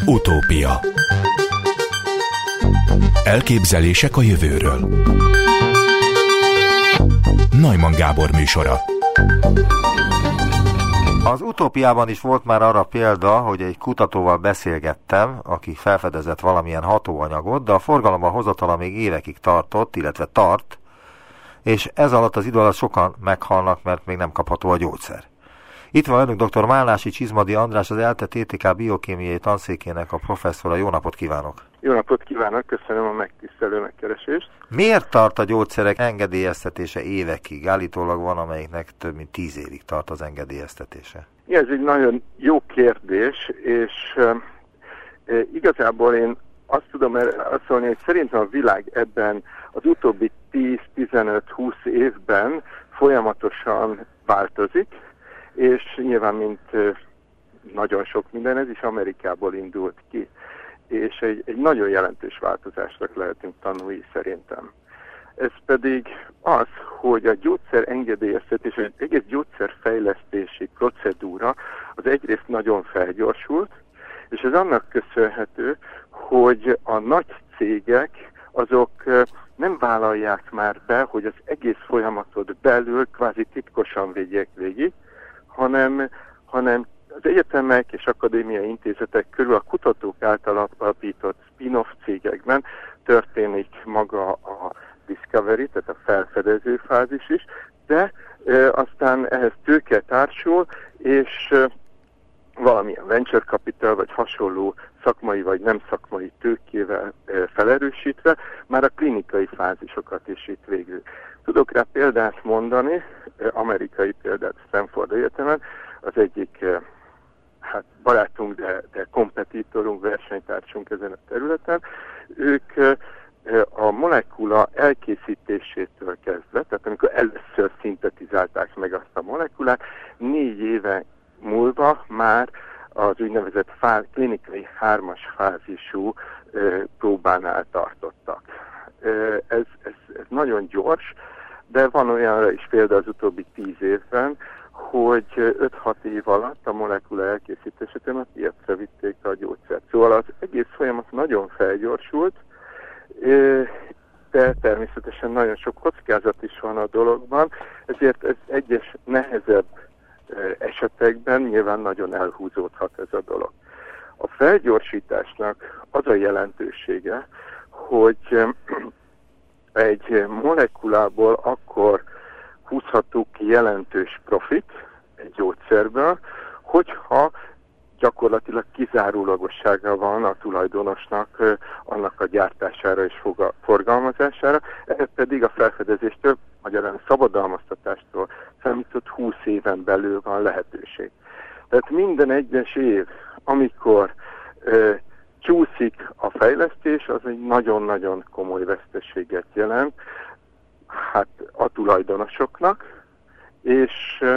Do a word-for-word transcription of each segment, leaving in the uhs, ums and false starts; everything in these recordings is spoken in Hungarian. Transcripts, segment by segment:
Utópia. Elképzelések a jövőről. Neumann Gábor műsora. Az Utópiában is volt már arra példa, hogy egy kutatóval beszélgettem, aki felfedezett valamilyen hatóanyagot, de a forgalomba hozatala még évekig tartott, illetve tart, és ez alatt az idő alatt sokan meghalnak, mert még nem kapható a gyógyszer. Itt van önök dr. Málnási Csizmadi András, az ELTE té té ká biokémiai tanszékének a professzora. Jó napot kívánok! Jó napot kívánok, köszönöm a megtisztelő megkeresést. Miért tart a gyógyszerek engedélyeztetése évekig? Állítólag van, amelyiknek több mint tíz évig tart az engedélyeztetése. Ez egy nagyon jó kérdés, és e, e, igazából én azt tudom azt mondani, hogy szerintem a világ ebben az utóbbi tíz-tizenöt-húsz évben folyamatosan változik, és nyilván, mint nagyon sok minden, ez is Amerikából indult ki. És egy, egy nagyon jelentős változásnak lehetünk tanulni szerintem. Ez pedig az, hogy a gyógyszer engedélyeztetés, az egész gyógyszerfejlesztési procedúra az egyrészt nagyon felgyorsult, és ez annak köszönhető, hogy a nagy cégek azok nem vállalják már be, hogy az egész folyamatot belül kvázi titkosan vigyék végig, hanem, hanem az egyetemek és akadémiai intézetek körül a kutatók által alapított spin-off cégekben történik maga a discovery, tehát a felfedező fázis is, de e, aztán ehhez tőke társul, és e, valamilyen venture capital vagy hasonló szakmai vagy nem szakmai tőkével e, felerősítve már a klinikai fázisokat is itt végül. Tudok rá példát mondani, e, amerikai példát Stanford Egyetemen, az egyik e, hát barátunk, de, de kompetitorunk, versenytársunk ezen a területen. Ők e, a molekula elkészítésétől kezdve, tehát amikor először szintetizálták meg azt a molekulát, négy éve múlva már az úgynevezett fá, klinikai hármas fázisú e, próbánál tartottak. E, ez, ez, ez nagyon gyors, de van olyanra is példa az utóbbi tíz évben, hogy öt-hat év alatt a molekula elkészítésétől a piacra vitték a gyógyszert. Szóval az egész folyamat nagyon felgyorsult, de természetesen nagyon sok kockázat is van a dologban, ezért ez egyes nehezebb esetekben nyilván nagyon elhúzódhat ez a dolog. A felgyorsításnak az a jelentősége, hogy egy molekulából akkor húzható ki jelentős profit egy gyógyszerből, hogyha gyakorlatilag kizárólagossága van a tulajdonosnak annak a gyártására és forgalmazására, ez pedig a felfedezéstől, magyarán szabadalmaztatástól számított húsz éven belül van lehetőség. Tehát minden egyes év, amikor e, csúszik a fejlesztés, az egy nagyon-nagyon komoly veszteséget jelent hát a tulajdonosoknak, és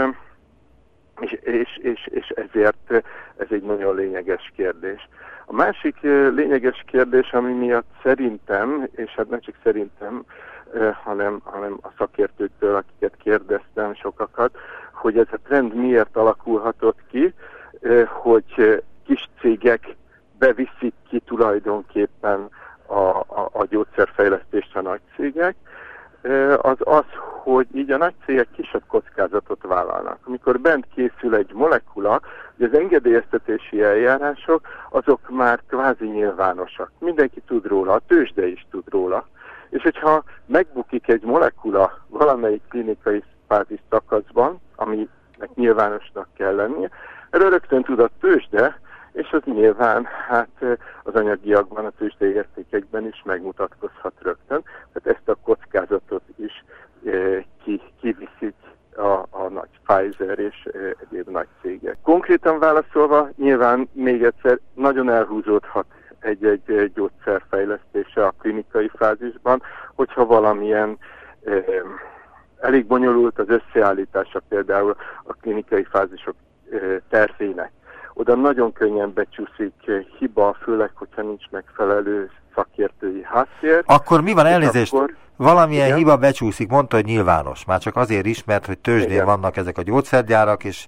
És, és, és, és ezért ez egy nagyon lényeges kérdés. A másik lényeges kérdés, ami miatt szerintem, és hát nem csak szerintem, hanem, hanem a szakértőktől, akiket kérdeztem sokakat, hogy ez a trend miért alakulhatott ki, hogy kis cégek beviszik ki tulajdonképpen a, a, a gyógyszerfejlesztést a nagy cégek, az az, hogy így a nagy cégek kisebb kockázatot vállalnak. Amikor bent készül egy molekula, hogy az engedélyeztetési eljárások, azok már kvázi nyilvánosak. Mindenki tud róla, a tőzsde is tud róla. És hogyha megbukik egy molekula valamelyik klinikai fázis szakaszban, aminek nyilvánosnak kell lennie, erről rögtön tud a tőzsde, és az nyilván hát az anyagiakban, a tőzsdei értékekben is megmutatkozhat rögtön. Tehát ezt a kockázatot is e, ki, kiviszik a, a nagy Pfizer és e, egyéb nagy cégek. Konkrétan válaszolva, nyilván még egyszer nagyon elhúzódhat egy-egy gyógyszer fejlesztése a klinikai fázisban, hogyha valamilyen e, elég bonyolult az összeállítása például a klinikai fázisok e, tervének. Oda nagyon könnyen becsúszik hiba, főleg, hogyha nincs megfelelő szakértői háttér. Akkor mi van, elnézést? Akkor, valamilyen igen? hiba becsúszik, mondta, hogy nyilvános. Már csak azért is, mert hogy tőzsdén igen. vannak ezek a gyógyszergyárak, és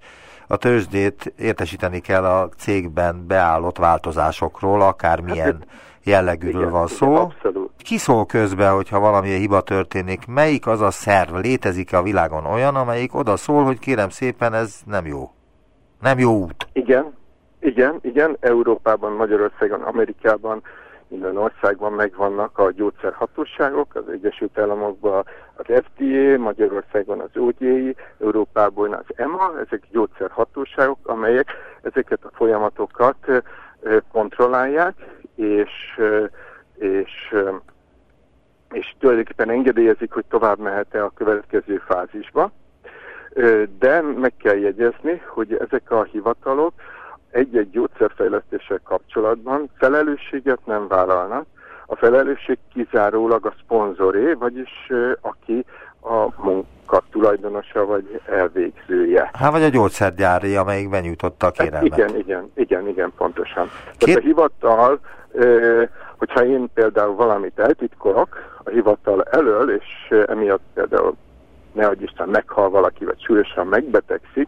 a tőzsdét értesíteni kell a cégben beállott változásokról, akármilyen hát, jellegűről igen, van szó. Abszolút. Ki szól közben, hogyha valamilyen hiba történik? Melyik az a szerv? Létezik a világon olyan, amelyik oda szól, hogy kérem szépen, ez nem jó. Nem jó út. Igen, igen, igen. Európában, Magyarországon, Amerikában, minden országban megvannak a gyógyszerhatóságok, az Egyesült Államokban az ef dé á, Magyarországon az o gé i, Európában az e em á, ezek gyógyszerhatóságok, amelyek ezeket a folyamatokat kontrollálják, és, és, és tulajdonképpen engedélyezik, hogy tovább mehet-e a következő fázisba. De meg kell jegyezni, hogy ezek a hivatalok egy-egy gyógyszerfejlesztéssel kapcsolatban felelősséget nem vállalnak. A felelősség kizárólag a szponzoré, vagyis aki a munka tulajdonosa vagy elvégzője. Hát vagy a gyógyszergyári, amelyik benyújtotta a kérelmet. Igen, igen, igen, igen, pontosan. Két... Tehát a hivatal, hogyha én például valamit eltitkolok a hivatal elől, és emiatt például ne adj Isten meghal valaki, vagy súlyosan megbetegszik,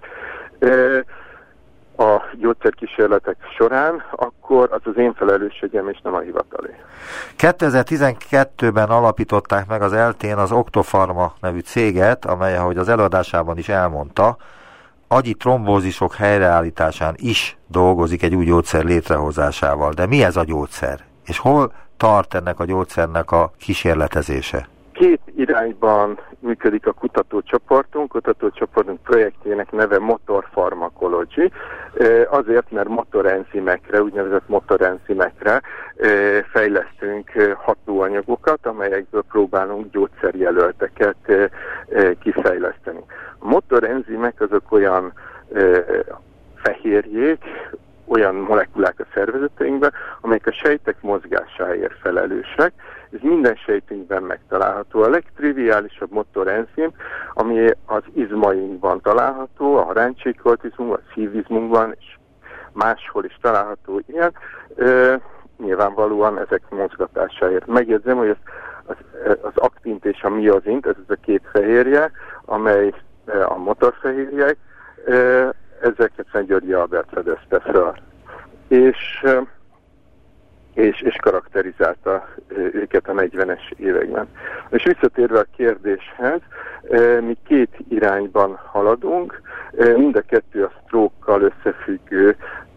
a gyógyszerkísérletek során, akkor az az én felelősségem, és nem a hivatalé. kétezer-tizenkettőben alapították meg az eltén az Octopharma nevű céget, amely, ahogy az előadásában is elmondta, agyi trombózisok helyreállításán is dolgozik egy új gyógyszer létrehozásával. De mi ez a gyógyszer? És hol tart ennek a gyógyszernek a kísérletezése? Két irányban működik a kutatócsoportunk. Kutatócsoportunk projektjének neve Motor Pharmacology. Azért, mert motorenzimekre, úgynevezett motorenzimekre fejlesztünk hatóanyagokat, amelyekből próbálunk gyógyszerjelölteket kifejleszteni. A motorenzimek azok olyan fehérjék, olyan molekulák a szervezeteinkben, amelyek a sejtek mozgásáért felelősek. Ez minden sejtünkben megtalálható. A legtriviálisabb motorenzim, ami az izmainkban található, a haráncsíkolt izmunkban, a szívizmunkban, és máshol is található ilyen, e, nyilvánvalóan ezek mozgatásáért. Megjegyzem, hogy az, az, az aktint és a miozint, ez az a két fehérje, amely a motorfehérjek, e, ezeket Szent Györgyi Albert fedezte föl. És, és, és karakterizálta őket a negyvenes években. És visszatérve a kérdéshez, mi két irányban haladunk, mind a kettő a stroke-kal összefüggő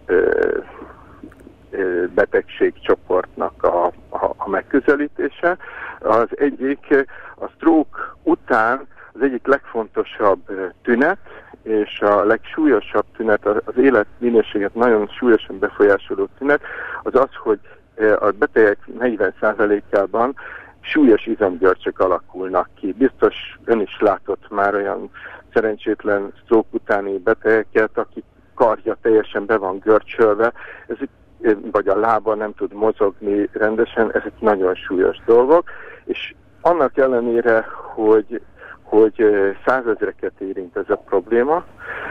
betegségcsoportnak a, a, a megközelítése. Az egyik, a stroke után az egyik legfontosabb tünet, és a legsúlyosabb tünet, az életminőséget nagyon súlyosan befolyásoló tünet, az az, hogy a betegek negyven százalékában súlyos izomgörcsök alakulnak ki. Biztos ön is látott már olyan szerencsétlen stroke utáni betegeket, akik karja teljesen be van görcsölve, ezek, vagy a lába nem tud mozogni rendesen, ezek nagyon súlyos dolgok, és annak ellenére, hogy hogy százezreket érint ez a probléma,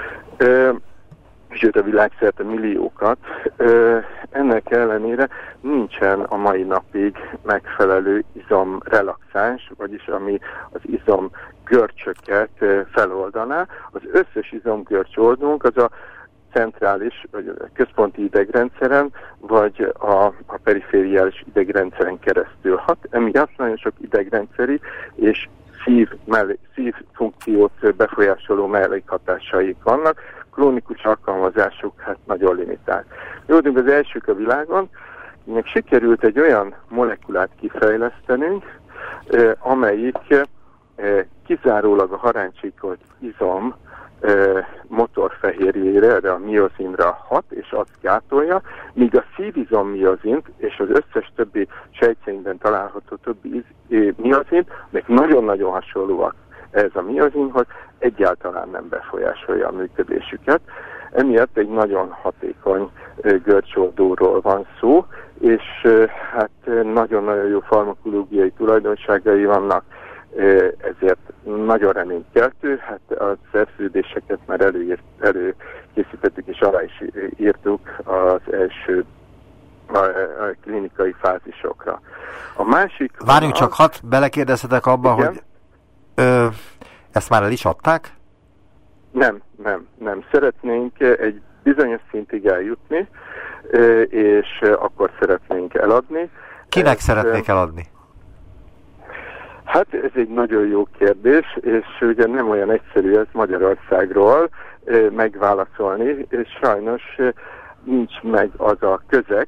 sőt a világszerte milliókat, ennek ellenére nincsen a mai napig megfelelő izomrelaxáns, vagyis ami az izomgörcsöket feloldaná. Az összes izomgörcs oldunk az a centrális, vagy a központi idegrendszeren, vagy a, a perifériális idegrendszeren keresztül hat. Emiatt nagyon sok idegrendszeri és szív, mellé, szív funkciót befolyásoló mellékhatásaik vannak, krónikus alkalmazásuk hát nagyon limitált. Mi voltunk az elsők a világon, még sikerült egy olyan molekulát kifejlesztenünk, eh, amelyik eh, kizárólag a haráncsíkolt izom eh, motorfehérjére, erre a miozinra hat, és azt gátolja, míg a szívizom miozint és az összes többi sejtjeinkben található többi iz, miozint, még nagyon-nagyon hasonlóak ez a miozinhoz, egyáltalán nem befolyásolja a működésüket. Emiatt egy nagyon hatékony görcsoldóról van szó, és hát nagyon-nagyon jó farmakológiai tulajdonságai vannak, ezért nagyon reménykeltő, hát a szerződéseket már előírt, előkészítettük és alá is írtuk az első a, a klinikai fázisokra. A másik... Várjunk csak, hadd belekérdezhetek abba, igen? Hogy ö, ezt már el is adták? Nem, nem, nem. Szeretnénk egy bizonyos szintig eljutni, és akkor szeretnénk eladni. Kinek Ezt, szeretnék eladni? Hát ez egy nagyon jó kérdés, és ugye nem olyan egyszerű ez Magyarországról megválaszolni, és sajnos nincs meg az a közeg,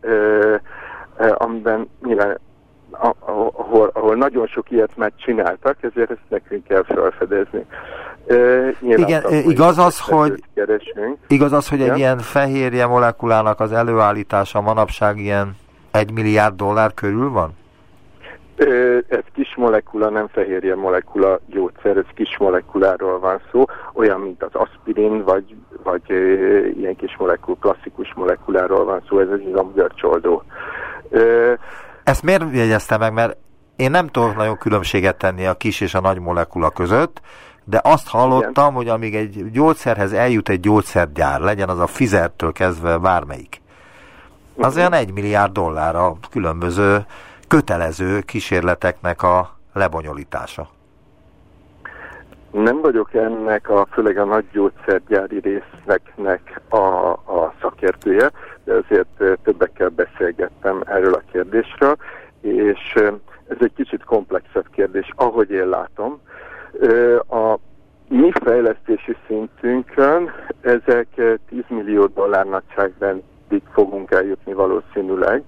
amiben nyilván ahol, ahol nagyon sok ilyet megcsináltak, ezért ezt nekünk kell felfedezni. Uh, Igen, igaz az, hogy, igaz az, hogy ja? egy ilyen fehérje molekulának az előállítása manapság ilyen egy milliárd dollár körül van? Uh, ez kis molekula, nem fehérje molekula gyógyszer, ez kis molekuláról van szó, olyan, mint az aspirin, vagy, vagy uh, ilyen kis molekul, klasszikus molekuláról van szó, ez az izomgörcsoldó. Uh, Ezt miért jegyezte meg? Mert én nem tudok nagyon különbséget tenni a kis és a nagy molekula között, de azt hallottam, igen, hogy amíg egy gyógyszerhez eljut egy gyógyszergyár, legyen az a Pfizertől kezdve bármelyik, az uh-huh. olyan egy milliárd dollár a különböző kötelező kísérleteknek a lebonyolítása. Nem vagyok ennek a, főleg a nagy gyógyszergyári résznek a, a szakértője, de azért többekkel beszélgettem erről a kérdésről, és ez egy kicsit komplexebb kérdés, ahogy én látom. A mi fejlesztési szintünkön ezek tíz millió dollár nagyságrendig fogunk eljutni valószínűleg,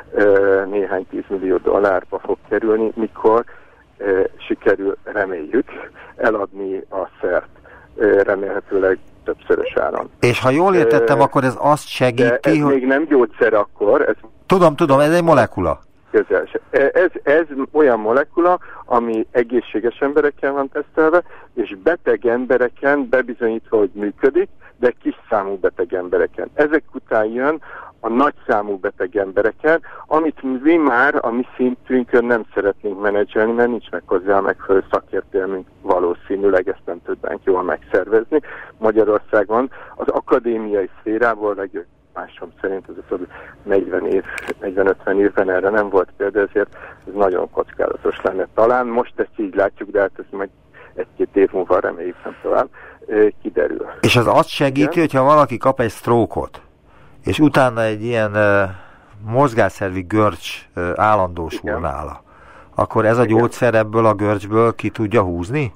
néhány tíz millió dollárba fog kerülni, mikor sikerül, reméljük, eladni a szert, remélhetőleg többszörös áron. És ha jól értettem, akkor ez azt segíti, de ez hogy... még nem gyógyszer akkor. Ez Tudom, tudom, ez egy molekula. Közel. Ez, ez olyan molekula, ami egészséges embereken van tesztelve, és beteg embereken bebizonyítva, hogy működik, de kis számú beteg embereken. Ezek után jön a nagy számú beteg embereken, amit mi már a mi szintünkön nem szeretnénk menedzselni, mert nincs meg hozzá a megfelelő szakértelmünk, valószínűleg ezt nem tudnánk jól megszervezni. Magyarországon az akadémiai szférából legjobb másom szerint ez negyven év, negyven-ötven évben erre nem volt példa, ezért ez nagyon kockázatos lenne. Talán most ezt így látjuk, de hát ez majd egy-két év múlva reméljük nem tovább kiderül. És az azt segíti, igen, hogyha valaki kap egy stroke-ot, és utána egy ilyen uh, mozgásszervi görcs uh, állandósul igen. nála, akkor ez a igen. gyógyszer ebből a görcsből ki tudja húzni?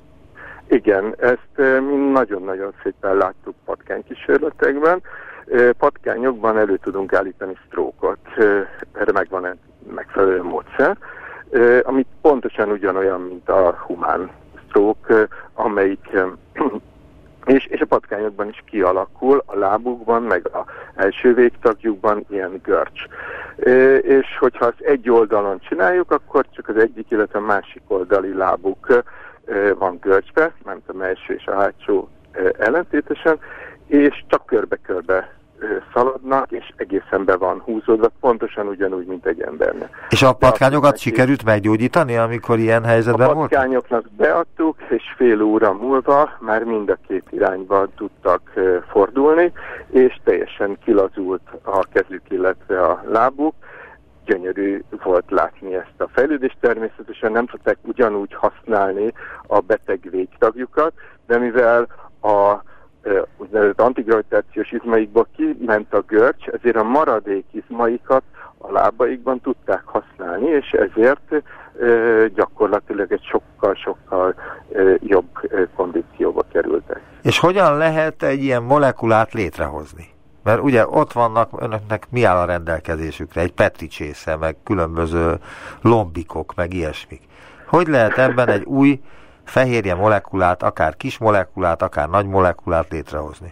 Igen, ezt uh, mi nagyon-nagyon szépen láttuk patkánykísérletekben. Uh, patkányokban elő tudunk állítani stroke-ot, uh, erre megvan egy megfelelő módszer, uh, ami pontosan ugyanolyan, mint a humán stroke, uh, amelyik uh, És, és a patkányokban is kialakul, a lábukban, meg az első végtagjukban ilyen görcs. E, és hogyha azt egy oldalon csináljuk, akkor csak az egyik, illetve a másik oldali lábuk e, van görcsbe, nem tudom, első és a hátsó e, ellentétesen, és csak körbe-körbe e, szaladnak, és egészen be van húzódva, pontosan ugyanúgy, mint egy embernek. És a patkányokat sikerült meggyógyítani, amikor ilyen helyzetben volt? A patkányoknak beadtuk, és fél óra múlva már mind a két irányba tudtak uh, fordulni, és teljesen kilazult a kezük, illetve a lábuk. Gyönyörű volt látni ezt a fejlődést, természetesen nem tudták ugyanúgy használni a beteg végtagjukat, de mivel a úgynevezett antigravitációs izmaikból kiment a görcs, ezért a maradék izmaikat a lábaikban tudták használni, és ezért e, gyakorlatilag egy sokkal-sokkal e, jobb e, kondícióba kerültek. És hogyan lehet egy ilyen molekulát létrehozni? Mert ugye ott vannak, önöknek mi áll a rendelkezésükre? Egy Petri csésze, meg különböző lombikok, meg ilyesmik. Hogy lehet ebben egy új fehérje molekulát, akár kis molekulát, akár nagy molekulát létrehozni?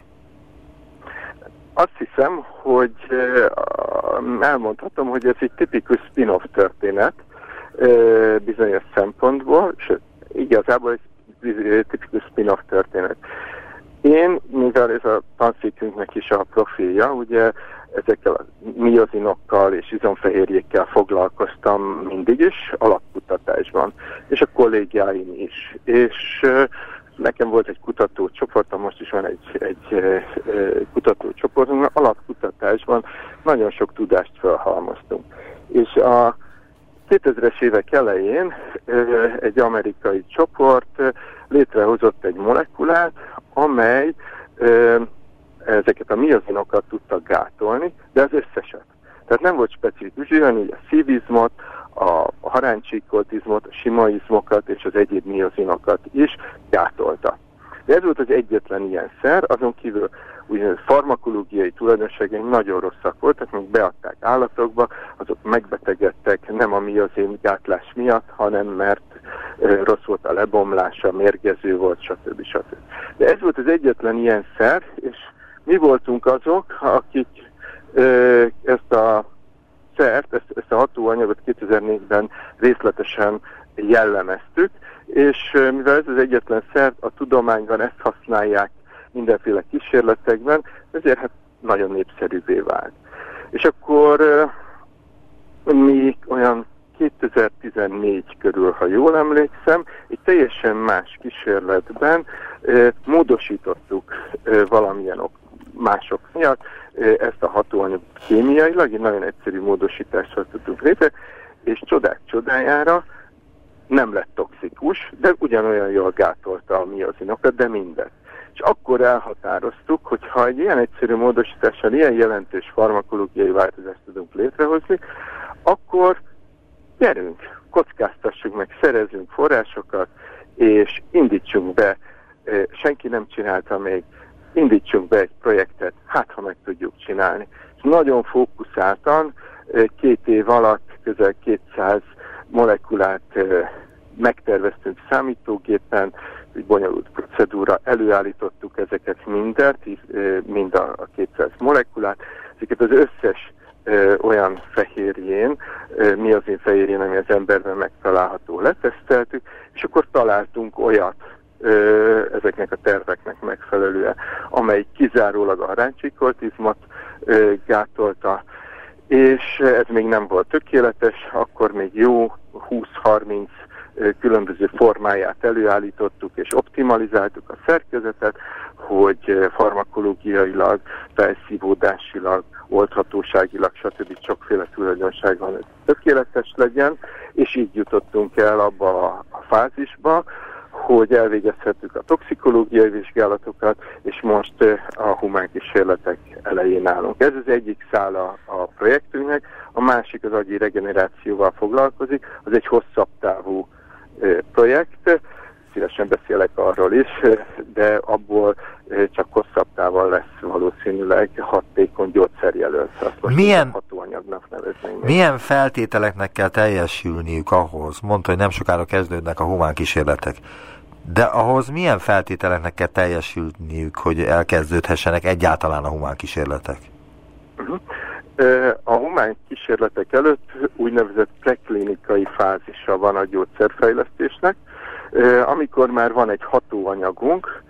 Azt hiszem, hogy elmondhatom, hogy ez egy tipikus spin-off történet bizonyos szempontból, sőt, igazából egy tipikus spin-off történet. Én, mivel ez a tanszékünknek is a profilja, ugye ezekkel a miozinokkal és izomfehérjékkel foglalkoztam mindig is, alapkutatásban, és a kollégiáim is. És uh, nekem volt egy kutatócsoportom, most is van egy, egy uh, kutatócsoportunk, alapkutatásban nagyon sok tudást felhalmoztunk. És a kétezres évek elején egy amerikai csoport létrehozott egy molekulát, amely ezeket a miozinokat tudta gátolni, de az összeset. Tehát nem volt specifikus, ugyanúgy a szívizmot, a haráncsíkoltizmot, a sima izmokat és az egyéb miozinokat is gátolta. De ez volt az egyetlen ilyen szer, azon kívül úgynevezett farmakológiai tulajdonságai nagyon rosszak voltak, még beadták állatokba, azok megbetegedtek nem a miozin gátlás miatt, hanem mert e, rossz volt a lebomlása, mérgező volt, stb. stb. De ez volt az egyetlen ilyen szer, és mi voltunk azok, akik e, ezt a szert, ezt, ezt a hatóanyagot kétezer-négyben részletesen jellemeztük, és mivel ez az egyetlen szer, a tudományban ezt használják mindenféle kísérletekben, ezért hát nagyon népszerűvé vált. És akkor mi olyan kétezer-tizennégy körül, ha jól emlékszem, egy teljesen más kísérletben módosítottuk valamilyen ok, mások miatt ezt a hatóanyagot kémiailag, egy nagyon egyszerű módosítással tudtunk létre, és csodák csodájára nem lett toxikus, de ugyanolyan jól gátolta a miozinokat, de mindet. És akkor elhatároztuk, hogy ha egy ilyen egyszerű módosítással ilyen jelentős farmakológiai változást tudunk létrehozni, akkor gyerünk, kockáztassuk meg, szerezzünk forrásokat, és indítsunk be, senki nem csinálta még, indítsunk be egy projektet, hát ha meg tudjuk csinálni. És nagyon fókuszáltan, két év alatt közel kétszáz molekulát megterveztünk számítógépen, egy bonyolult procedúra, előállítottuk ezeket mindet, mind a kétszáz molekulát, ezeket az összes ö, olyan fehérjén, ö, miozin fehérjén, ami az emberben megtalálható, leteszteltük, és akkor találtunk olyat ö, ezeknek a terveknek megfelelően, amely kizárólag a haráncsíkoltizmot ö, gátolta, és ez még nem volt tökéletes, akkor még jó húsz-harminc különböző formáját előállítottuk és optimalizáltuk a szerkezetet, hogy farmakológiailag, felszívódásilag, oldhatóságilag, stb. Sokféle tulajdonságban tökéletes legyen, és így jutottunk el abba a fázisba, hogy elvégezhettük a toxikológiai vizsgálatokat, és most a humán kísérletek elején állunk. Ez az egyik szála a projektünknek, a másik az agyi regenerációval foglalkozik, az egy hosszabb távú projekt, szívesen beszélek arról is, de abból csak hosszabb távon lesz valószínűleg hatékony gyógyszerjelölt. Milyen, hatóanyagnak nevezném. milyen feltételeknek kell teljesülniük ahhoz? Mondta, hogy nem sokára kezdődnek a humán kísérletek. De ahhoz milyen feltételeknek kell teljesülniük, hogy elkezdődhessenek egyáltalán a humán kísérletek? Uh-huh. A humán kísérletek előtt úgynevezett preklinikai fázisa van a gyógyszerfejlesztésnek, amikor már van egy hatóanyagunk,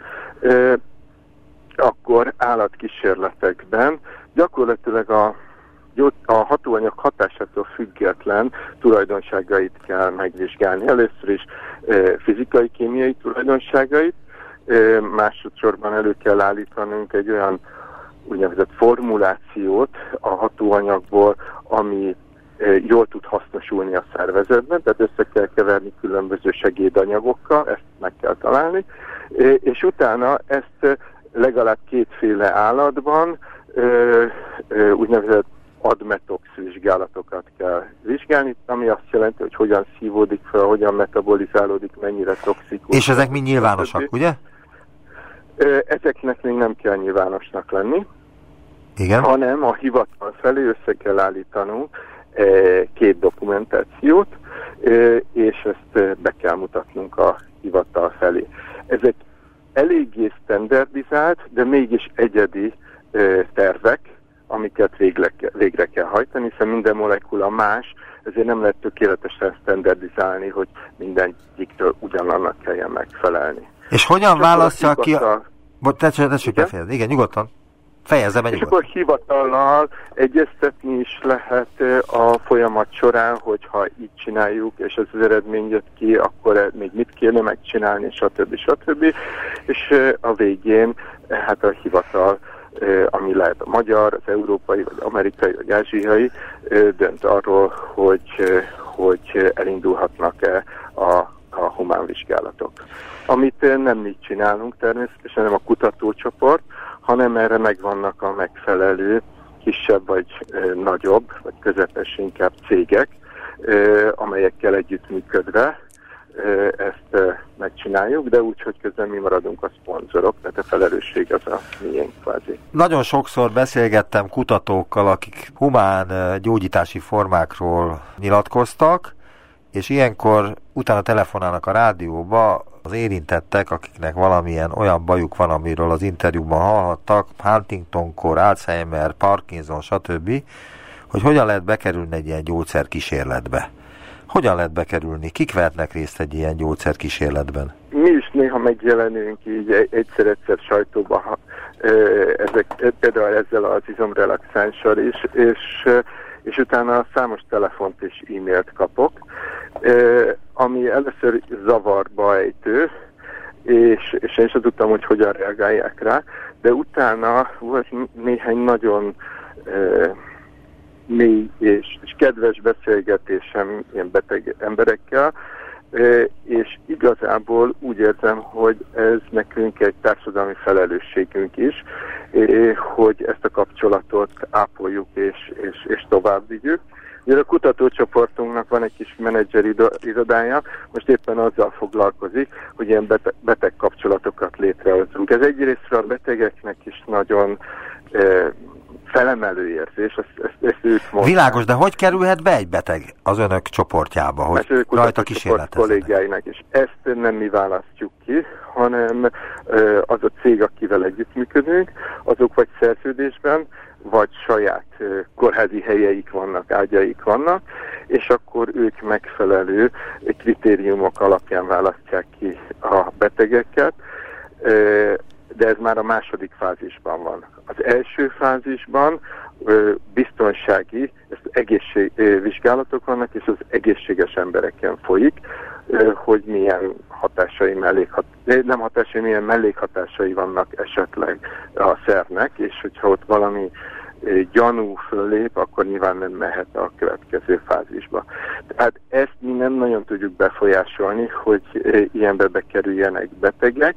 akkor állatkísérletekben gyakorlatilag a, a hatóanyag hatásától független tulajdonságait kell megvizsgálni. Először is fizikai, kémiai tulajdonságait, másodszorban elő kell állítanunk egy olyan úgynevezett formulációt a hatóanyagból, ami jól tud hasznosulni a szervezetben, tehát össze kell keverni különböző segédanyagokkal, ezt meg kell találni, és utána ezt legalább kétféle állatban úgynevezett admetox vizsgálatokat kell vizsgálni, ami azt jelenti, hogy hogyan szívódik fel, hogyan metabolizálódik, mennyire toxikus. És ezek mind nyilvánosak, ugye? Ezeknek még nem kell nyilvánosnak lenni, igen, hanem a hivatal felé össze kell állítanunk két dokumentációt, és ezt be kell mutatnunk a hivatal felé. Ezek eléggé standardizált, de mégis egyedi tervek, amiket végre, végre kell hajtani, hiszen minden molekula más, ezért nem lehet tökéletesen standardizálni, hogy mindegyiktől ugyanannak kelljen megfelelni. És hogyan és választja ki a... a... Bocs, tessék, tessék befejezni. Igen, nyugodtan. Fejezze be És nyugodtan. akkor hivatallal egyeztetni is lehet a folyamat során, hogyha így csináljuk, és ez az eredmény jött ki, akkor még mit kéne megcsinálni, stb. stb. És a végén hát a hivatal, ami lehet a magyar, az európai, vagy amerikai, vagy ázsiai, dönt arról, hogy hogy elindulhatnak-e a, a humán vizsgálatok. Amit nem mi csinálunk természetesen, nem a kutatócsoport, hanem erre megvannak a megfelelő kisebb vagy ö, nagyobb, vagy közepes inkább cégek, ö, amelyekkel együttműködve ö, ezt ö, megcsináljuk, de úgy, hogy közben mi maradunk a szponzorok, tehát a felelősség az a miénk kvázi. Nagyon sokszor beszélgettem kutatókkal, akik humán gyógyítási formákról nyilatkoztak, és ilyenkor utána telefonálnak a rádióba az érintettek, akiknek valamilyen olyan bajuk van, amiről az interjúban hallhattak, Huntington-kór, Alzheimer, Parkinson, stb., hogy hogyan lehet bekerülni egy ilyen gyógyszerkísérletbe. Hogyan lehet bekerülni? Kik vehetnek részt egy ilyen gyógyszerkísérletben? Mi is néha megjelenünk így egyszer-egyszer sajtóba, ezek, például ezzel az izomrelaxánssal is, és, és utána számos telefont és e-mailt kapok, ami először zavarba ejtő, és, és én sem tudtam, hogy hogyan reagálják rá, de utána volt néhány nagyon uh, mély és, és kedves beszélgetésem ilyen beteg emberekkel, uh, és igazából úgy érzem, hogy ez nekünk egy társadalmi felelősségünk is, uh, hogy ezt a kapcsolatot ápoljuk és, és, és tovább vigyük. Ugye a kutatócsoportunknak van egy kis menedzser irodája, most éppen azzal foglalkozik, hogy ilyen beteg, beteg kapcsolatokat létrehozunk. Ez egyrésztről a betegeknek is nagyon e, felemelő érzés, ezt, ezt, ezt ők mondják. Világos, de hogy kerülhet be egy beteg az önök csoportjába, hogy hát rajta kísérleteznek? Kollégáinak is. Ezt nem mi választjuk ki, hanem e, az a cég, akivel együttműködünk, azok vagy szerződésben, vagy saját kórházi helyeik vannak, ágyaik vannak, és akkor ők megfelelő kritériumok alapján választják ki a betegeket, de ez már a második fázisban van. Az első fázisban biztonsági, egészségvizsgálatok vannak, és az egészséges embereken folyik, hogy milyen hatásai, mellékhat, nem hatásai, milyen mellékhatásai vannak esetleg a szervnek, és hogyha ott valami gyanú föllép, akkor nyilván nem mehet a következő fázisba. Tehát ezt mi nem nagyon tudjuk befolyásolni, hogy ilyenbe bekerüljenek betegek.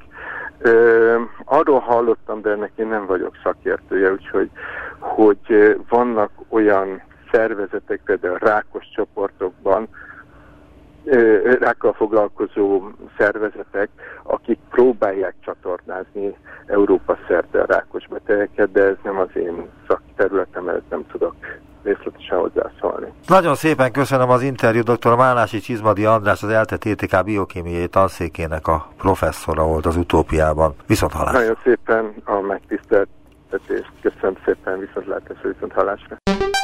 Arról hallottam, de ennek én nem vagyok szakértője, úgyhogy hogy vannak olyan szervezetek, például rákos csoportokban, rákkal foglalkozó szervezetek, akik próbálják csatornázni Európa szerte a rákos betegeket, de ez nem az én szakterületem, ezt nem tudok részletesen hozzászólni. Nagyon szépen köszönöm az interjút, dr. Málási Csizmadi András, az ELTE té té ká biokémiai tanszékének a professzora volt az Utópiában. Viszonthallásra. Nagyon szépen a megtiszteltetést, köszönöm szépen, viszontlátásra, viszonthallásra.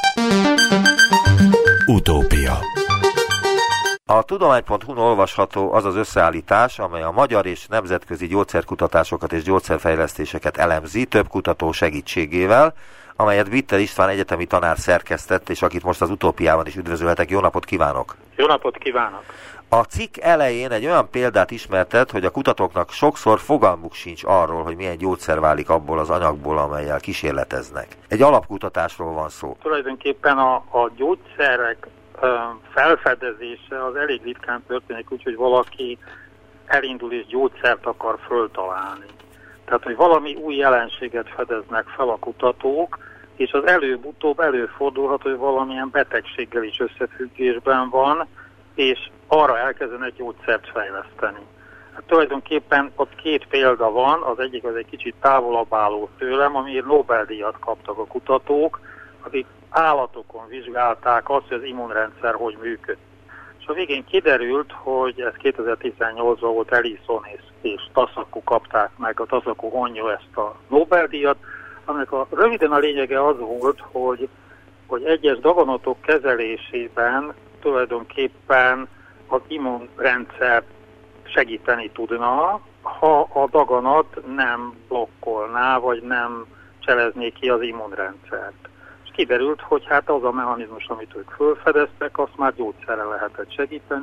Utópia. A tudomány pont hu-n olvasható az az összeállítás, amely a magyar és nemzetközi gyógyszerkutatásokat és gyógyszerfejlesztéseket elemzi több kutató segítségével, amelyet Bitter István egyetemi tanár szerkesztett, és akit most az Utópiában is üdvözölhetek. Jó napot kívánok! Jó napot kívánok! A cikk elején egy olyan példát ismertet, hogy a kutatóknak sokszor fogalmuk sincs arról, hogy milyen gyógyszer válik abból az anyagból, amellyel kísérleteznek. Egy alapkutatásról van szó. Tulajdonképpen a, a gyógyszerek felfedezése az elég ritkán történik, úgyhogy valaki elindul és gyógyszert akar föltalálni. Tehát, hogy valami új jelenséget fedeznek fel a kutatók, és az előbb-utóbb előfordulhat, hogy valamilyen betegséggel is összefüggésben van, és arra elkezdenek gyógyszert fejleszteni. Hát tulajdonképpen ott két példa van, az egyik az egy kicsit távolabb álló tőlem, amiért Nobel-díjat kaptak a kutatók, akik állatokon vizsgálták azt, hogy az immunrendszer hogy működik. És a végén kiderült, hogy ez kétezer-tizennyolcban volt, Ellison és, és Tasaku kapták meg, a Tasaku Honjo ezt a Nobel-díjat, aminek a, röviden a lényege az volt, hogy, hogy egyes daganatok kezelésében tulajdonképpen az immunrendszer segíteni tudna, ha a daganat nem blokkolná, vagy nem cselezné ki az immunrendszert. Kiderült, hogy hát az a mechanizmus, amit ők felfedeztek, azt már gyógyszerrel lehetett segíteni, és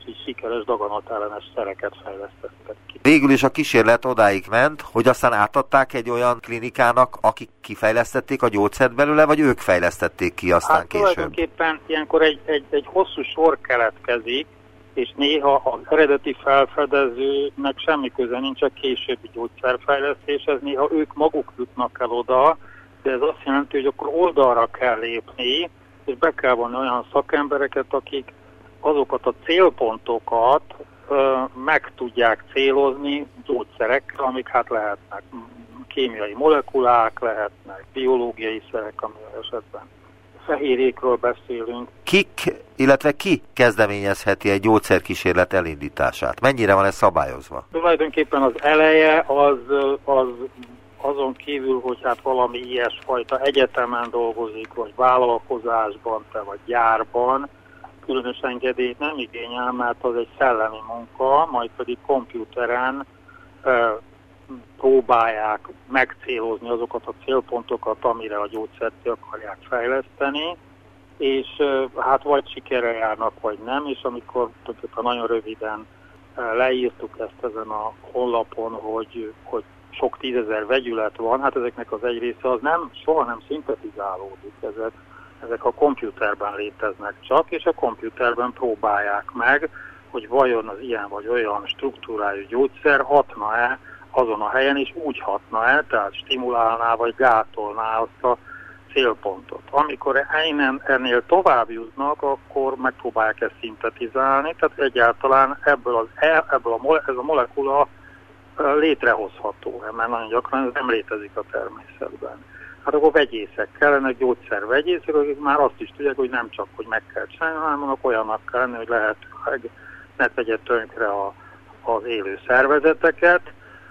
hogy sikeres daganatellenes szereket fejlesztettek ki. Végül is a kísérlet odáig ment, hogy aztán átadták egy olyan klinikának, akik kifejlesztették a gyógyszert belőle, vagy ők fejlesztették ki aztán hát, később? Tulajdonképpen ilyenkor egy, egy, egy hosszú sor keletkezik, és néha az eredeti felfedezőnek semmi köze nincs a későbbi gyógyszerfejlesztéshez, néha ők maguk jutnak el oda, de ez azt jelenti, hogy akkor oldalra kell lépni, és be kell vonni olyan szakembereket, akik azokat a célpontokat ö, meg tudják célozni gyógyszerekkel, amik hát lehetnek kémiai molekulák, lehetnek biológiai szerek, amivel esetben fehérjékről beszélünk. Kik, illetve ki kezdeményezheti egy gyógyszerkísérlet elindítását? Mennyire van ez szabályozva? Tulajdonképpen az eleje az, az azon kívül, hogy hát valami ilyesfajta egyetemen dolgozik, vagy vállalkozásban, te vagy gyárban, különös engedélyt nem igényel, mert az egy szellemi munka, majd pedig komputeren e, próbálják megcélozni azokat a célpontokat, amire a gyógyszert ki akarják fejleszteni, és e, hát vagy sikere járnak, vagy nem, és amikor nagyon röviden e, leírtuk ezt ezen a honlapon, hogy, hogy sok tízezer vegyület van, hát ezeknek az egy része az nem, soha nem szintetizálódik, ezek, ezek a komputerben léteznek csak, és a komputerben próbálják meg, hogy vajon az ilyen vagy olyan struktúrájú gyógyszer hatna-e azon a helyen, és úgy hatna-e, tehát stimulálná vagy gátolná azt a célpontot. Amikor innen ennél tovább jutnak, akkor megpróbálják ezt szintetizálni, tehát egyáltalán ebből, az, ebből a, ez a molekula létrehozható, mert nagyon gyakran ez nem létezik a természetben. Hát akkor vegyészek kellenek, gyógyszervegyészek, akik már azt is tudják, hogy nem csak, hogy meg kell csinálni, hanem olyannak kell lenni, hogy lehetőleg ne tegye tönkre a, az élő szervezeteket,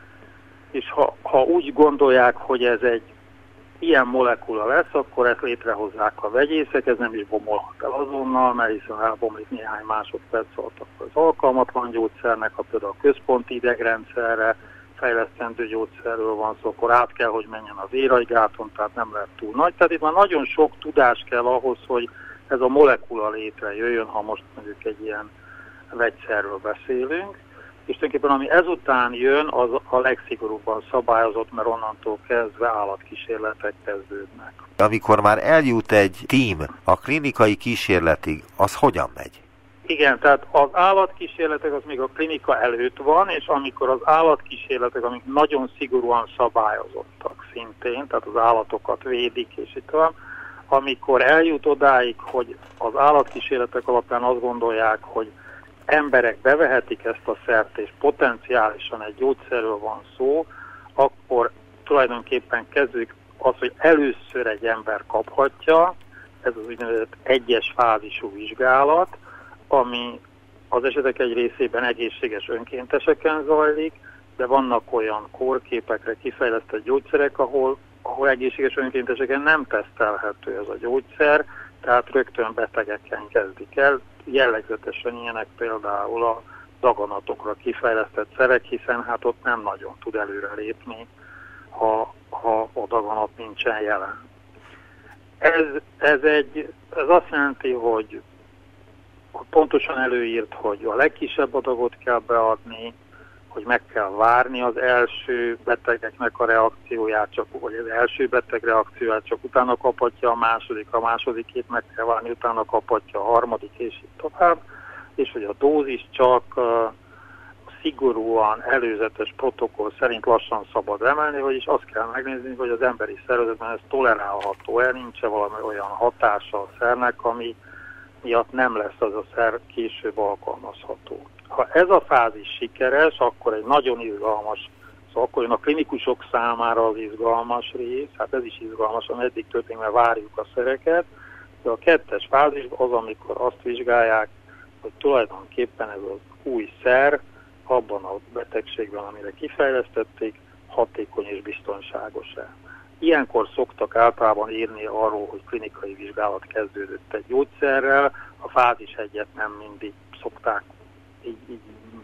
és ha, ha úgy gondolják, hogy ez egy ilyen molekula lesz, akkor ezt létrehozzák a vegyészek, ez nem is bomolhat el azonnal, mert hiszen elbomlik néhány másodperc alatt az alkalmatlan gyógyszernek, ha például a központi idegrendszerre fejlesztendő gyógyszerről van szó, akkor át kell, hogy menjen az érajgáton, tehát nem lehet túl nagy. Tehát itt már nagyon sok tudás kell ahhoz, hogy ez a molekula létrejöjjön, ha most mondjuk egy ilyen vegyszerről beszélünk. És tulajdonképpen ami ezután jön, az a legszigorúbban szabályozott, mert onnantól kezdve állatkísérletek kezdődnek. Amikor már eljut egy tím a klinikai kísérletig, az hogyan megy? Igen, tehát az állatkísérletek az még a klinika előtt van, és amikor az állatkísérletek, amik nagyon szigorúan szabályozottak szintén, tehát az állatokat védik, és itt van, amikor eljut odáig, hogy az állatkísérletek alapján azt gondolják, hogy emberek bevehetik ezt a szert, és potenciálisan egy gyógyszerről van szó, akkor tulajdonképpen kezdődik az, hogy először egy ember kaphatja, ez az úgynevezett egyes fázisú vizsgálat, ami az esetek egy részében egészséges önkénteseken zajlik, de vannak olyan kórképekre kifejlesztett gyógyszerek, ahol, ahol egészséges önkénteseken nem tesztelhető ez a gyógyszer, tehát rögtön betegeken kezdik el. Jellegzetesen ilyenek például a daganatokra kifejlesztett szerek, hiszen hát ott nem nagyon tud előrelépni, ha, ha a daganat nincsen jelen. Ez, ez, egy, ez azt jelenti, hogy pontosan előírt, hogy a legkisebb adagot kell beadni, hogy meg kell várni az első betegeknek a reakcióját, csak, vagy az első beteg reakcióját csak utána kaphatja, a második, a másodikét meg kell várni, utána kaphatja a harmadik, és így tovább, és hogy a dózis csak uh, szigorúan előzetes protokoll szerint lassan szabad emelni, vagyis azt kell megnézni, hogy az emberi szervezetben ez tolerálható-e, nincs-e valami olyan hatása a szernek, ami miatt nem lesz az a szer később alkalmazható. Ha ez a fázis sikeres, akkor egy nagyon izgalmas, szóval akkor jön a klinikusok számára az izgalmas rész, hát ez is izgalmas, ami eddig történik, mert várjuk a szereket, de a kettes fázis az, amikor azt vizsgálják, hogy tulajdonképpen ez az új szer abban a betegségben, amire kifejlesztették, hatékony és biztonságos-e. Ilyenkor szoktak általában írni arról, hogy klinikai vizsgálat kezdődött egy gyógyszerrel, a fázis egyet nem mindig szokták így, így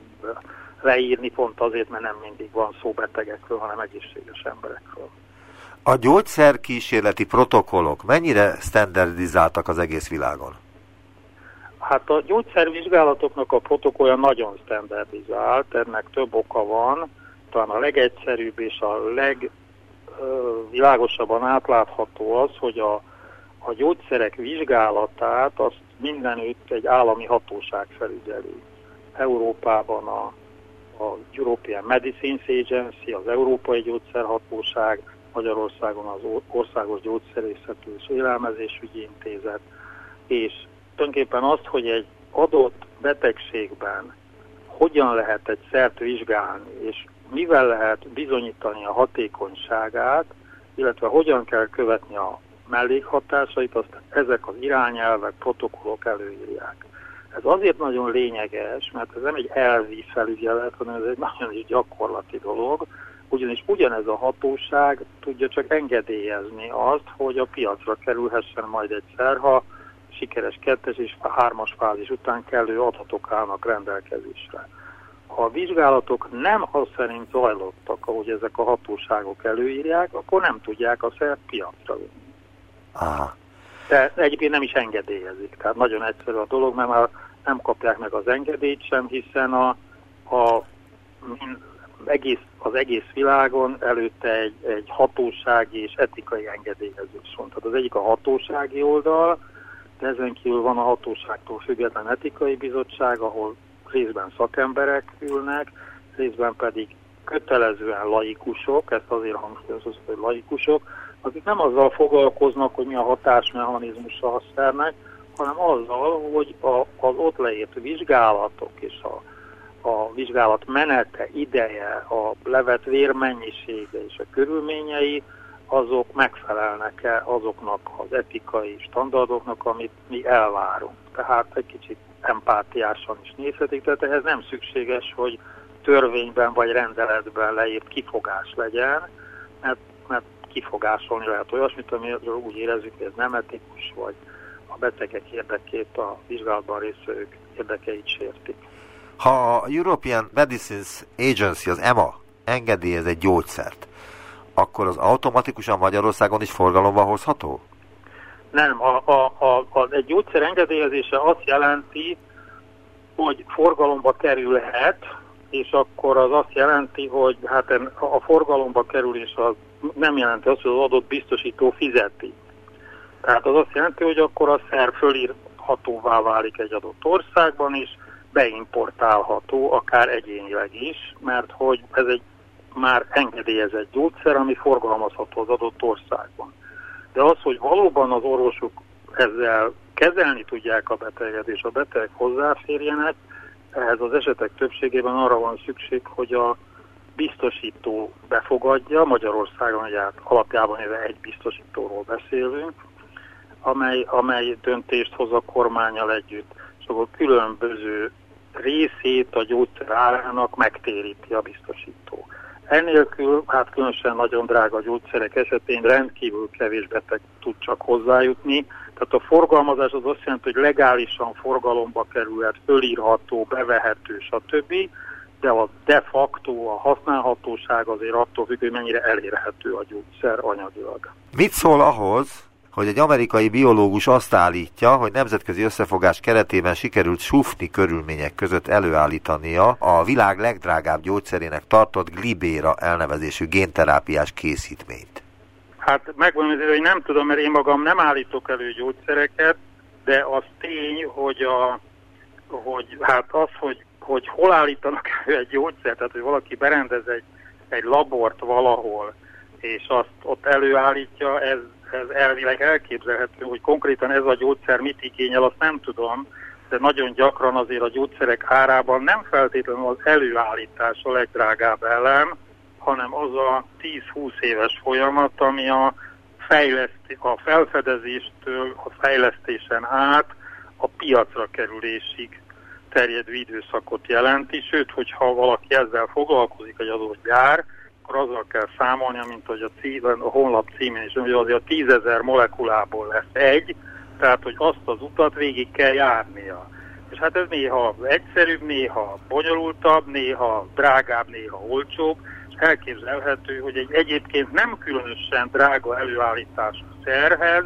leírni, pont azért, mert nem mindig van szó betegekről, hanem egészséges emberekről. A gyógyszerkísérleti protokollok mennyire standardizáltak az egész világon? Hát a gyógyszervizsgálatoknak a protokollja nagyon standardizált, ennek több oka van. Talán a legegyszerűbb és a legvilágosabban átlátható az, hogy a, a gyógyszerek vizsgálatát azt mindenütt egy állami hatóság felügyeli. Európában a, a European Medicines Agency, az Európai Gyógyszerhatóság, Magyarországon az Országos Gyógyszerészeti és Élelmezésügyi Intézet, és tulajdonképpen azt, hogy egy adott betegségben hogyan lehet egy szert vizsgálni, és mivel lehet bizonyítani a hatékonyságát, illetve hogyan kell követni a mellékhatásait, azt ezek az irányelvek, protokollok előírják. Ez azért nagyon lényeges, mert ez nem egy elvi felügyelet, hanem ez egy nagyon is gyakorlati dolog, ugyanis ugyanez a hatóság tudja csak engedélyezni azt, hogy a piacra kerülhessen majd egyszer, ha sikeres kettes és hármas fázis után kellő adatok állnak rendelkezésre. Ha a vizsgálatok nem az szerint zajlottak, ahogy ezek a hatóságok előírják, akkor nem tudják a szert piacra vinni. Aha. De egyébként nem is engedélyezik. Tehát nagyon egyszerű a dolog, mert már nem kapják meg az engedélyt sem, hiszen a, a, egész, az egész világon előtte egy, egy hatósági és etikai engedélyezés van. Tehát az egyik a hatósági oldal, de ezen kívül van a hatóságtól független etikai bizottság, ahol részben szakemberek ülnek, részben pedig kötelezően laikusok, ezt azért hangsúlyozom, hogy laikusok, akik nem azzal foglalkoznak, hogy mi a hatásmechanizmusa a szernek, hanem azzal, hogy a, az ott leírt vizsgálatok és a, a vizsgálat menete, ideje, a levett vér mennyisége és a körülményei, azok megfelelnek-e azoknak az etikai standardoknak, amit mi elvárunk. Tehát egy kicsit empátiásan is nézhetik, tehát ehhez nem szükséges, hogy törvényben vagy rendeletben leírt kifogás legyen, mert, mert kifogásolni lehet olyasmit, amiről úgy érezzük, hogy ez nem etikus, vagy a betegek érdekét, a vizsgálatban résztvevők érdekeit sértik. Ha a European Medicines Agency, az E M A engedélyez egy gyógyszert, akkor az automatikusan Magyarországon is forgalomba hozható? Nem, a, a, a, a, egy gyógyszer engedélyezése azt jelenti, hogy forgalomba kerülhet, és akkor az azt jelenti, hogy hát a forgalomba kerülés az nem jelenti azt, hogy az adott biztosító fizeti. Tehát az azt jelenti, hogy akkor a szer fölírhatóvá válik egy adott országban is, beimportálható, akár egyénileg is, mert hogy ez egy már engedélyezett gyógyszer, ami forgalmazható az adott országban. De az, hogy valóban az orvosok ezzel kezelni tudják a beteget, és a betegek hozzáférjenek, ehhez az esetek többségében arra van szükség, hogy a biztosító befogadja, Magyarországon ugye alapjában egy biztosítóról beszélünk, amely, amely döntést hoz a kormánnyal együtt, és akkor különböző részét a gyógyszer árának megtéríti a biztosító. Ennélkül, hát különösen nagyon drága gyógyszerek esetén rendkívül kevés beteg tud csak hozzájutni. Tehát a forgalmazás az azt jelenti, hogy legálisan forgalomba kerülhet, fölírható, bevehető, stb. De a de facto, a használhatóság azért attól függ, hogy mennyire elérhető a gyógyszer anyagilag. Mit szól ahhoz, hogy egy amerikai biológus azt állítja, hogy nemzetközi összefogás keretében sikerült sufni körülmények között előállítania a világ legdrágább gyógyszerének tartott Glibera elnevezésű génterápiás készítményt? Hát megmondom, hogy nem tudom, mert én magam nem állítok elő gyógyszereket, de az tény, hogy, a, hogy hát az, hogy, hogy hol állítanak elő egy gyógyszert, tehát hogy valaki berendez egy, egy labort valahol, és azt ott előállítja, ez ez elvileg elképzelhető, hogy konkrétan ez a gyógyszer mit igényel, azt nem tudom, de nagyon gyakran azért a gyógyszerek árában nem feltétlenül az előállítás a legdrágább elem, hanem az a tíz-húsz éves folyamat, ami a, fejleszti, a felfedezéstől, a fejlesztésen át a piacra kerülésig terjedő időszakot jelenti, sőt, hogyha valaki ezzel foglalkozik egy adott gyár, akkor azzal kell számolni, mint hogy a, cím, a honlap címén is, hogy azért a tízezer molekulából lesz egy, tehát hogy azt az utat végig kell járnia. És hát ez néha egyszerűbb, néha bonyolultabb, néha drágább, néha olcsóbb, és elképzelhető, hogy egy egyébként nem különösen drága előállítású szerhez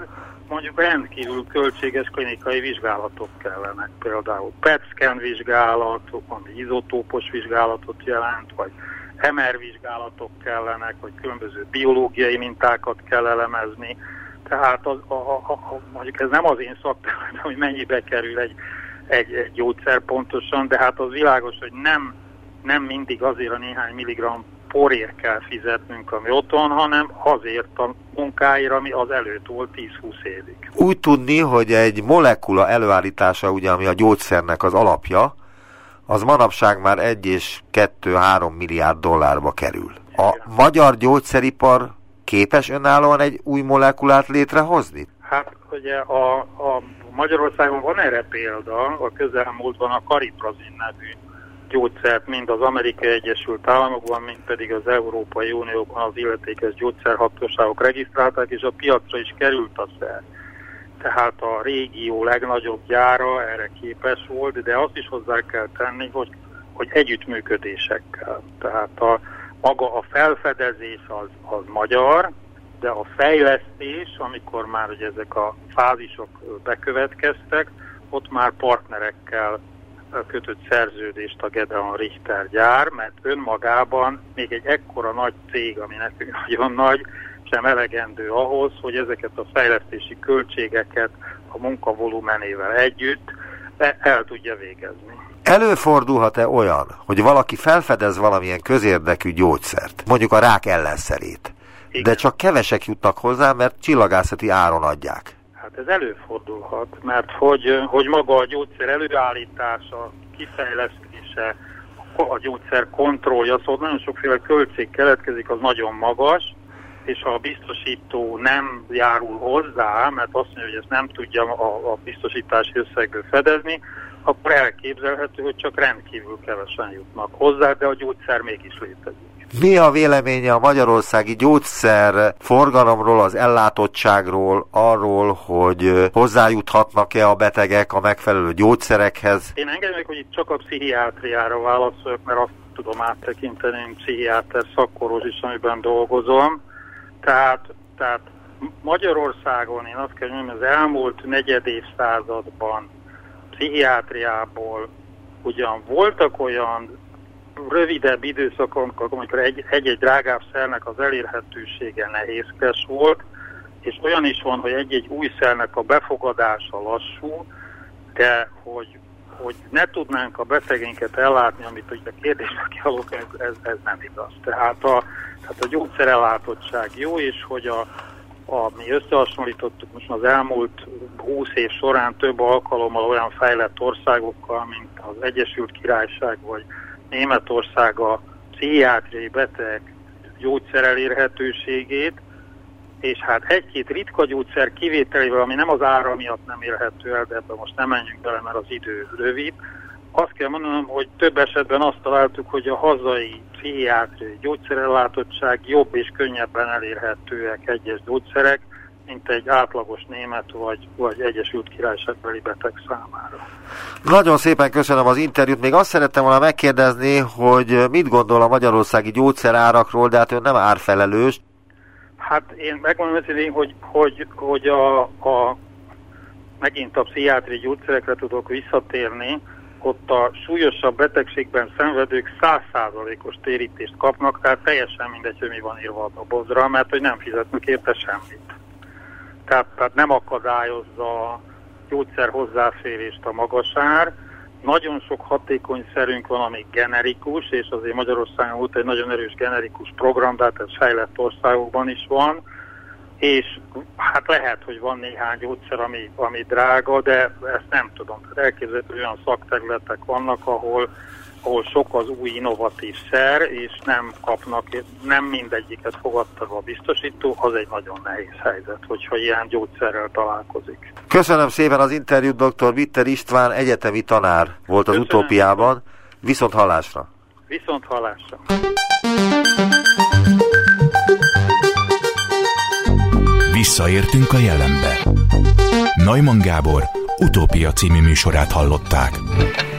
mondjuk rendkívül költséges klinikai vizsgálatok kellenek, például pé e té-szken vizsgálatok, ami izotópos vizsgálatot jelent, vagy em er vizsgálatok kellenek, vagy különböző biológiai mintákat kell elemezni. Tehát az, a, a, a, mondjuk ez nem az én szakterületem, hogy mennyibe kerül egy, egy, egy gyógyszer pontosan, de hát az világos, hogy nem, nem mindig azért a néhány milligramm porért kell fizetnünk, ami ott van, hanem azért a munkáért, ami az előtt volt tíz-húsz évig. Úgy tudni, hogy egy molekula előállítása, ugye, ami a gyógyszernek az alapja, az manapság már egy és kettő-három milliárd dollárba kerül. A magyar gyógyszeripar képes önállóan egy új molekulát létrehozni? Hát ugye a, a Magyarországon van erre példa, a közelmúltban a Cariprazin nevű gyógyszert mind az Amerikai Egyesült Államokban, mind pedig az Európai Unióban az illetékes gyógyszerhatóságok regisztrálták, és a piacra is került a szer. Tehát a régió legnagyobb gyára erre képes volt, de azt is hozzá kell tenni, hogy, hogy együttműködésekkel. Tehát a, maga a felfedezés az, az magyar, de a fejlesztés, amikor már ugye ezek a fázisok bekövetkeztek, ott már partnerekkel kötött szerződést a Gedeon Richter gyár, mert önmagában még egy ekkora nagy cég, ami nekünk nagyon nagy, sem elegendő ahhoz, hogy ezeket a fejlesztési költségeket a munkavolumenével együtt el tudja végezni. Előfordulhat-e olyan, hogy valaki felfedez valamilyen közérdekű gyógyszert, mondjuk a rák ellenszerét, igen, de csak kevesek jutnak hozzá, mert csillagászati áron adják? Hát ez előfordulhat, mert hogy, hogy maga a gyógyszer előállítása, kifejlesztése, a gyógyszer kontrollja, szóval nagyon sokféle költség keletkezik, az nagyon magas, és ha a biztosító nem járul hozzá, mert azt mondja, hogy ezt nem tudja a, a biztosítási összegből fedezni, akkor elképzelhető, hogy csak rendkívül kevesen jutnak hozzá, de a gyógyszer mégis létezik. Mi a véleménye a magyarországi gyógyszer forgalomról, az ellátottságról, arról, hogy hozzájuthatnak-e a betegek a megfelelő gyógyszerekhez? Én engedem meg, hogy itt csak a pszichiátriára válaszoljak, mert azt tudom áttekinteni, én pszichiáter szakorvos is, amiben dolgozom. Tehát, tehát Magyarországon én azt kell mondani, az elmúlt negyed évszázadban pszichiátriából ugyan voltak olyan rövidebb időszakok, amikor egy-egy drágább szernek az elérhetősége nehézkes volt, és olyan is van, hogy egy-egy új szernek a befogadása lassú, de hogy, hogy ne tudnánk a betegénket ellátni, amit ugye a kérdésnek kihalok, ez, ez, ez nem igaz. Tehát a, tehát a gyógyszerellátottság jó, és hogy a, a, mi összehasonlítottuk most az elmúlt húsz év során több alkalommal olyan fejlett országokkal, mint az Egyesült Királyság vagy Németország a pszichiátriai beteg gyógyszer elérhetőségét, és hát egy-két ritka gyógyszer kivételével, ami nem az ára miatt nem érhető el, de ebben most nem menjünk bele, mert az idő rövid. Azt kell mondanom, hogy több esetben azt találtuk, hogy a hazai pszichiátriai gyógyszerellátottság jobb és könnyebben elérhetőek egyes gyógyszerek, mint egy átlagos német vagy, vagy Egyesült Királyságbeli beteg számára. Nagyon szépen köszönöm az interjút. Még azt szerettem volna megkérdezni, hogy mit gondol a magyarországi gyógyszerárakról, de hát ön nem árfelelős. Hát én megmondom őszintén, hogy, hogy, hogy a, a, megint a pszichiátriai gyógyszerekre tudok visszatérni, ott a súlyosabb betegségben szenvedők száz százalékos térítést kapnak, tehát teljesen mindegy, hogy mi van írva a dobozra, mert hogy nem fizetnek érte semmit. Tehát, tehát nem akadályozza a gyógyszer hozzáférést a magas ár. Nagyon sok hatékony szerünk van, ami generikus, és azért Magyarországon volt egy nagyon erős generikus program, de hát ez fejlett országokban is van, és hát lehet, hogy van néhány gyógyszer, ami, ami drága, de ezt nem tudom. Elképzelhető, hogy olyan szakterületek vannak, ahol, ahol sok az új innovatív szer, és nem kapnak, nem mindegyiket fogadta a biztosító, az egy nagyon nehéz helyzet, hogyha ilyen gyógyszerrel találkozik. Köszönöm szépen az interjút, dr. Bitter István, egyetemi tanár volt az Köszönöm. Utópiában. Viszont hallásra! Viszont hallásra! Visszaértünk a jelenbe. Neumann Gábor Utópia című műsorát hallották.